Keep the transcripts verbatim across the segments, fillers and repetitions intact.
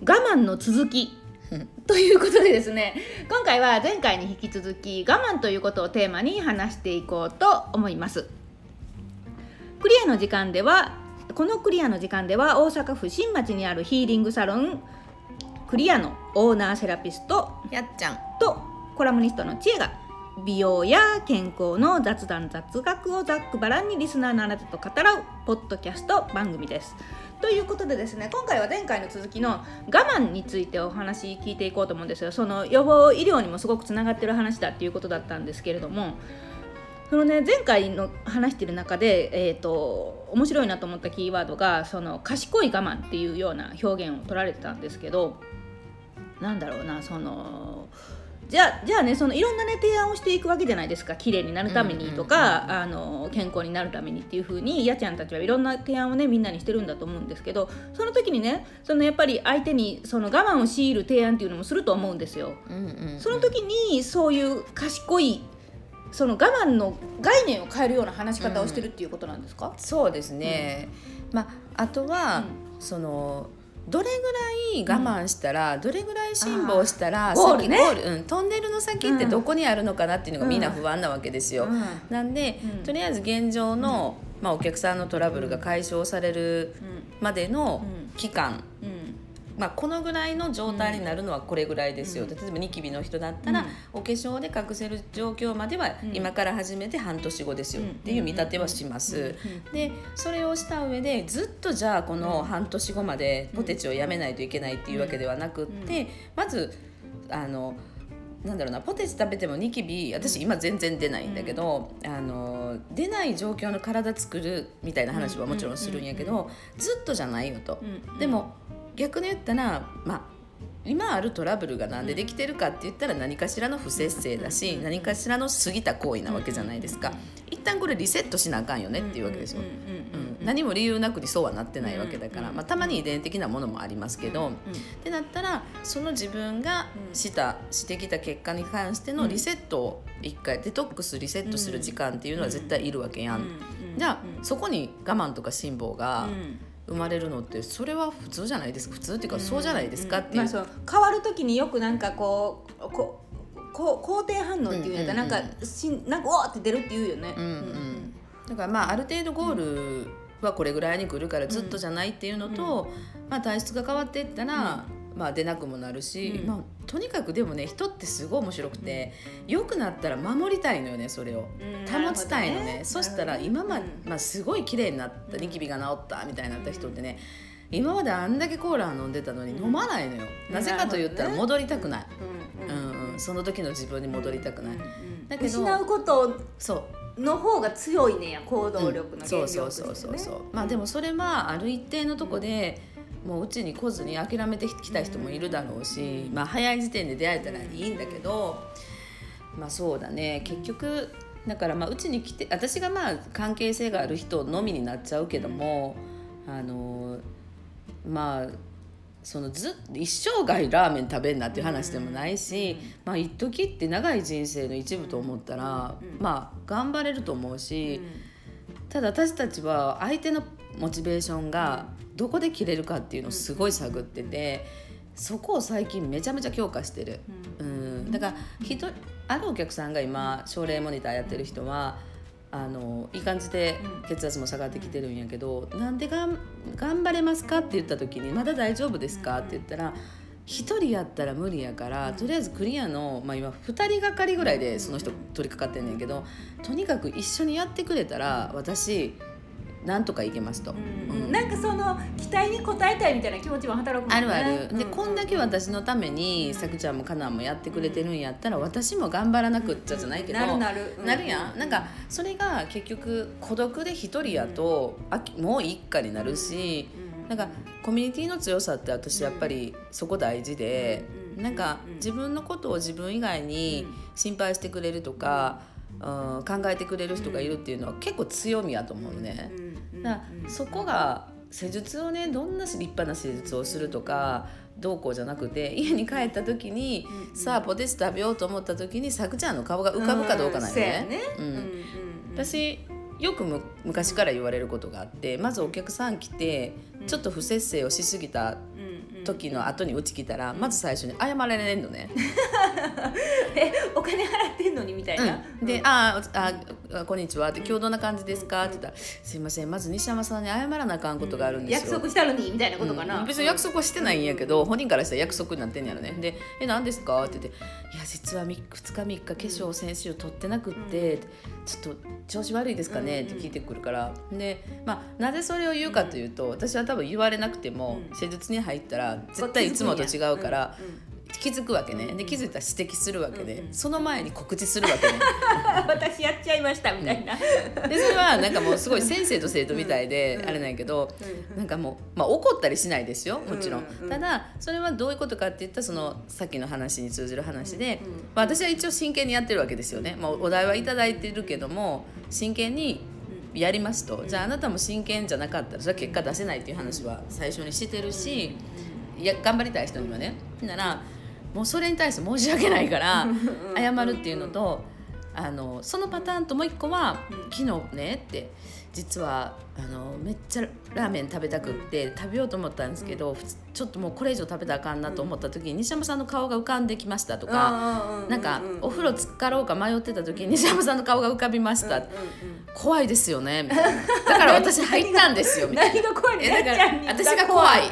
我慢の続きということでですね、今回は前回に引き続き我慢ということをテーマに話していこうと思います。クリアの時間ではこのクリアの時間では大阪府新町にあるヒーリングサロンクリアのオーナーセラピストやっちゃんとコラムニストの知恵が美容や健康の雑談雑学をざっくばらんにリスナーのあなたと語らうポッドキャスト番組です。ということでですね、今回は前回の続きの我慢についてお話聞いていこうと思うんですよ。その予防医療にもすごくつながってる話だっていうことだったんですけれども、そのね、前回の話してる中で、えーと、面白いなと思ったキーワードがその賢い我慢っていうような表現を取られてたんですけど、なんだろうな、そのじゃあ、じゃあね、そのいろんなね提案をしていくわけじゃないですか。綺麗になるためにとか、あの健康になるためにっていう風にやちゃんたちはいろんな提案をねみんなにしてるんだと思うんですけど、その時にね、そのやっぱり相手にその我慢を強いる提案っていうのもすると思うんですよ、うんうんうん、その時にそういう賢いその我慢の概念を変えるような話し方をしてるっていうことなんですか？うん、 そうですね、うん、まあ、あとは、うん、そのどれぐらい我慢したら、うん、どれぐらい辛抱したらゴールね、 ゴール、うん、トンネルの先ってどこにあるのかなっていうのがみんな不安なわけですよ、うん、なんで、うん、とりあえず現状の、うん、まあ、お客さんのトラブルが解消されるまでの期間、うんうん、まあ、このぐらいの状態になるのはこれぐらいですよ、うん、例えばニキビの人だったら、うん、お化粧で隠せる状況までは今から始めて半年後ですよっていう見立てはします。でそれをした上でずっとじゃあこの半年後までポテチをやめないといけないっていうわけではなくって、まずあのなんだろうな、ポテチ食べてもニキビ私今全然出ないんだけど、あの出ない状況の体作るみたいな話はもちろんするんやけど、ずっとじゃないよと。でも逆に言ったら、まあ、今あるトラブルがなんでできてるかって言ったら何かしらの不節制だし、何かしらの過ぎた行為なわけじゃないですか。一旦これリセットしなあかんよねっていうわけですよ、うん、何も理由なくにそうはなってないわけだから、まあ、たまに遺伝的なものもありますけど、ってなったらその自分がしたしてきた結果に関してのリセットを一回デトックスリセットする時間っていうのは絶対いるわけやん。じゃあそこに我慢とか辛抱が生まれるのってそれは普通じゃないですか。普通っていうかそうじゃないですかっていう、うんうん、まあ、そう変わる時によくなんかこうここ肯定反応っていうやつ、うんうんうん、なんかしなんかおーって出るって言うよね、うんうんうん、 だからまあある程度ゴールはこれぐらいに来るからずっとじゃないっていうのと、うん、まあ、体質が変わっていったら、うん、まあ、出なくもなるし、うん、まあ、とにかくでもね人ってすごい面白くて、うん、良くなったら守りたいのよね、それを、うん、保ちたいのね、ね、そしたら今まで、まあ、すごい綺麗になったニキビが治ったみたいになった人ってね、今まであんだけコーラ飲んでたのに飲まないのよ、うん、なぜかと言ったら戻りたくない、うんうんうん、その時の自分に戻りたくない、うんうん、 だけど失うことの方が強いねや、行動力の原動力ですね、うん、そうそうそうそう、 まあでもそれはある一定のとこで、うん、もううちに来ずに諦めてきた人もいるだろうし、うん、まあ早い時点で出会えたらいいんだけど、まあそうだね、結局だからまあうちに来て私がまあ関係性がある人のみになっちゃうけども、うん、あのまあそのず一生涯ラーメン食べんなっていう話でもないし、うん、まあ一時って長い人生の一部と思ったら、うん、まあ頑張れると思うし、うん、ただ私たちは相手のモチベーションがどこで切れるかっていうのをすごい探ってて、そこを最近めちゃめちゃ強化してる、うん、だから人あるお客さんが今症例モニターやってる人はあのいい感じで血圧も下がってきてるんやけど、うん、なんでがん頑張れますかって言った時にまだ大丈夫ですかって言ったら、ひとりやったら無理やから、とりあえずクリアの、まあ、今ふたりがかりぐらいでその人取り掛かってんねんけど、とにかく一緒にやってくれたら私なんとかいけますと、 うんうん、なんかその期待に応えたいみたいな気持ちも働くもんね。 あるある。で、うん、こんだけ私のためにさくちゃんもかなもやってくれてるんやったら、私も頑張らなくっちゃじゃないけど、 なるなる、 なるやん。なんかそれが結局孤独で一人やと、うん、もう一家になるし、うん、なんかコミュニティの強さって私やっぱりそこ大事で、うん、なんか自分のことを自分以外に心配してくれるとか、うん、考えてくれる人がいるっていうのは結構強みやと思うね。だからそこが施術をね、どんな立派な施術をするとかどうこうじゃなくて、家に帰った時に、うん、さあポテチ食べようと思った時にさくちゃんの顔が浮かぶかどうかなんよね。私よくむ昔から言われることがあって、まずお客さん来てちょっと不節制をしすぎた時の後にうち来たら、まず最初に謝られんのねえお金払ってんのにみたいな、 うん、で、うん、ああこんにちはって、今日どんな感じですかって言ったら、すいませんまず西山さんに謝らなあかんことがあるんですよ、 約束したのにみたいなことかな、 うん、別に約束はしてないんやけど、本人からしたら約束になってんやろね。で、え何ですかって言って、いや実はふつかみっか化粧先週取ってなくって、うん、ちょっと調子悪いですかねって聞いてくるから、で、まあ、なぜそれを言うかというと、私は多分言われなくても施術に入ったら絶対いつもと違うから、気づくわけね。で気づいたら指摘するわけで、うんうん、その前に告知するわけね私やっちゃいましたみたいな、 うん、でそれはなんかもうすごい先生と生徒みたいで、うん、あれなんやけど、うん、なんかもう、まあ、怒ったりしないですよもちろん、うんうん、ただそれはどういうことかって言ったら、そのさっきの話に通じる話で、うんうん、まあ、私は一応真剣にやってるわけですよね、まあ、お題はいただいてるけども真剣にやりますと、じゃああなたも真剣じゃなかったらそれは結果出せないっていう話は最初にしてるし、いや頑張りたい人にはね、ならもうそれに対して申し訳ないから謝るっていうのと、あのそのパターンともう一個は、昨日ねって実はあのめっちゃラーメン食べたくって食べようと思ったんですけど、ちょっともうこれ以上食べたらあかんなと思った時に西山さんの顔が浮かんできましたとか、なんかお風呂浸かろうか迷ってた時に西山さんの顔が浮かびました、怖いですよねみたいな、だから私入ったんですよみたいな何が怖いの？ だから私が怖い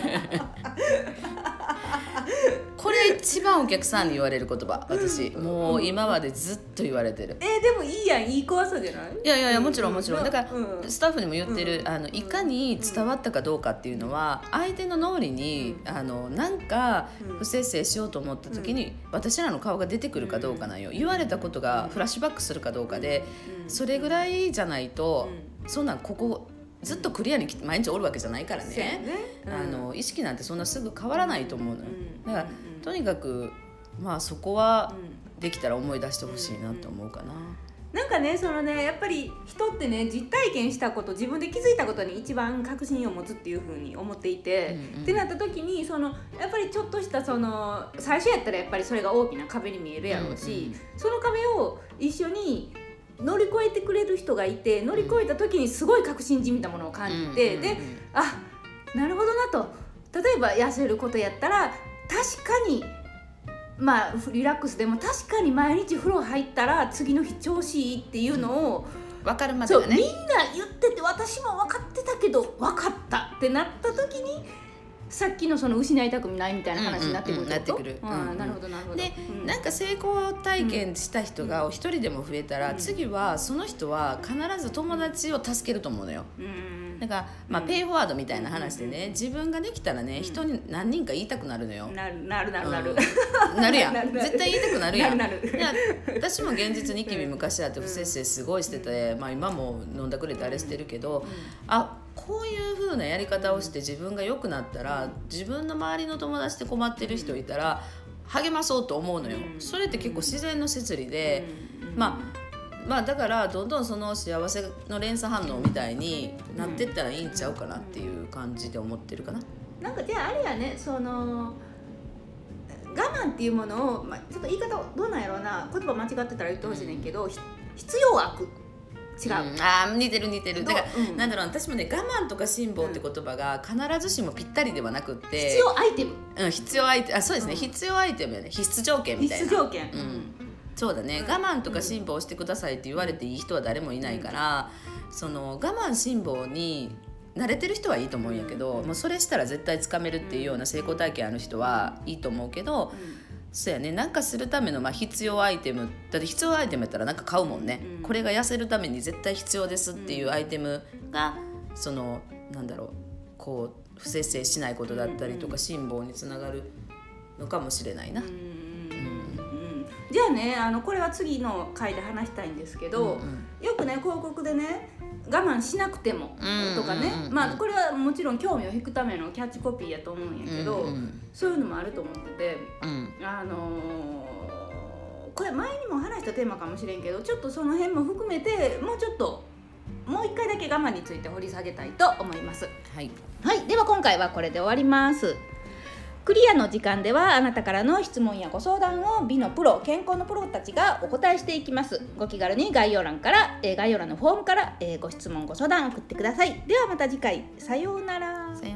これ一番お客さんに言われる言葉、私もう今までずっと言われてる。 えー、でもいいやん、いい怖さじゃない？ いやいやいや、もちろんもちろん、だからスタッフにも言ってる、あのいかに伝わったかどうかっていうのは、相手の脳裏にあのなんか不摂生しようと思った時に私らの顔が出てくるかどうかなんよ。言われたことがフラッシュバックするかどうかで、それぐらいじゃないと、そんなんここずっとクリアに毎日おるわけじゃないからね、ね、うん、あの意識なんてそんなすぐ変わらないと思うのよ。だからとにかくまあそこはできたら思い出してほしいなと思うかな。 なんかね、そのね、やっぱり人ってね、実体験したこと、自分で気づいたことに一番確信を持つっていう風に思っていて、うんうん、ってなった時にそのやっぱりちょっとしたその最初やったらやっぱりそれが大きな壁に見えるやろうし、うんうん、その壁を一緒に乗り越えてくれる人がいて、乗り越えた時にすごい確信じみたものを感じて、うんうんうん、で、あ、なるほどなと。例えば痩せることやったら確かにまあリラックスでも確かに毎日風呂入ったら次の日調子いいっていうのを、 うん、分かるまではね、 みんな言ってて私も分かってたけど分かったってなった時に、さっきのその失いたくないみたいな話になってくるってこと？なるほどなるほど。 で、うん、なんか成功体験した人が一人でも増えたら、うん、次はその人は必ず友達を助けると思うのよ。うん、だからまあペイフォワードみたいな話でね、自分ができたらね、人に何人か言いたくなるのよ。 なるなるなるなる、 うん、なるやん絶対言いたくなるやん。なるなる。私も現実ニキビ昔あって不摂生すごいしてて、まあ、今も飲んだくれてあれしてるけど、あ、こういう風なやり方をして自分が良くなったら、自分の周りの友達で困ってる人いたら励まそうと思うのよ。それって結構自然の摂理で、まあまあだからどんどんその幸せの連鎖反応みたいになってったらいいんちゃうかなっていう感じで思ってるかな。 なんかじゃああれやね、その我慢っていうものを、まあ、ちょっと言い方どうなんやろうな、言葉間違ってたら言ってほしいねんけど、必要悪違う、うん、 あ、似てる似てる。だから、うん、なんだろう、私もね、我慢とか辛抱って言葉が必ずしもぴったりではなくって、 必要アイテム、 うん、必要アイテム、あ、そうですね、うん、必要アイテムやね、必須条件みたいな。 必須条件、 うん、そうだね、うん、我慢とか辛抱してくださいって言われていい人は誰もいないから、うん、その我慢辛抱に慣れてる人はいいと思うんやけど、うん、もうそれしたら絶対つかめるっていうような成功体験ある人はいいと思うけど、うん、そうやね、なんかするためのまあ必要アイテムだって、必要アイテムやったらなんか買うもんね、うん、これが痩せるために絶対必要ですっていうアイテムが、そのなんだろう、こう不摂生しないことだったりとか辛抱につながるのかもしれないな。うん、うん、 じゃあね、あのこれは次の回で話したいんですけど、うんうん、よくね広告でね、我慢しなくてもとかね、まあこれはもちろん興味を引くためのキャッチコピーやと思うんやけど、うんうん、そういうのもあると思ってて、うん、あのー、これ前にも話したテーマかもしれんけど、ちょっとその辺も含めてもうちょっともう一回だけ我慢について掘り下げたいと思います。 はい、 はい、では今回はこれで終わります。クリアの時間ではあなたからの質問やご相談を美のプロ、健康のプロたちがお答えしていきます。ご気軽に概要欄から、えー、概要欄のフォームから、えー、ご質問ご相談送ってください。ではまた次回、さようなら。 さようなら。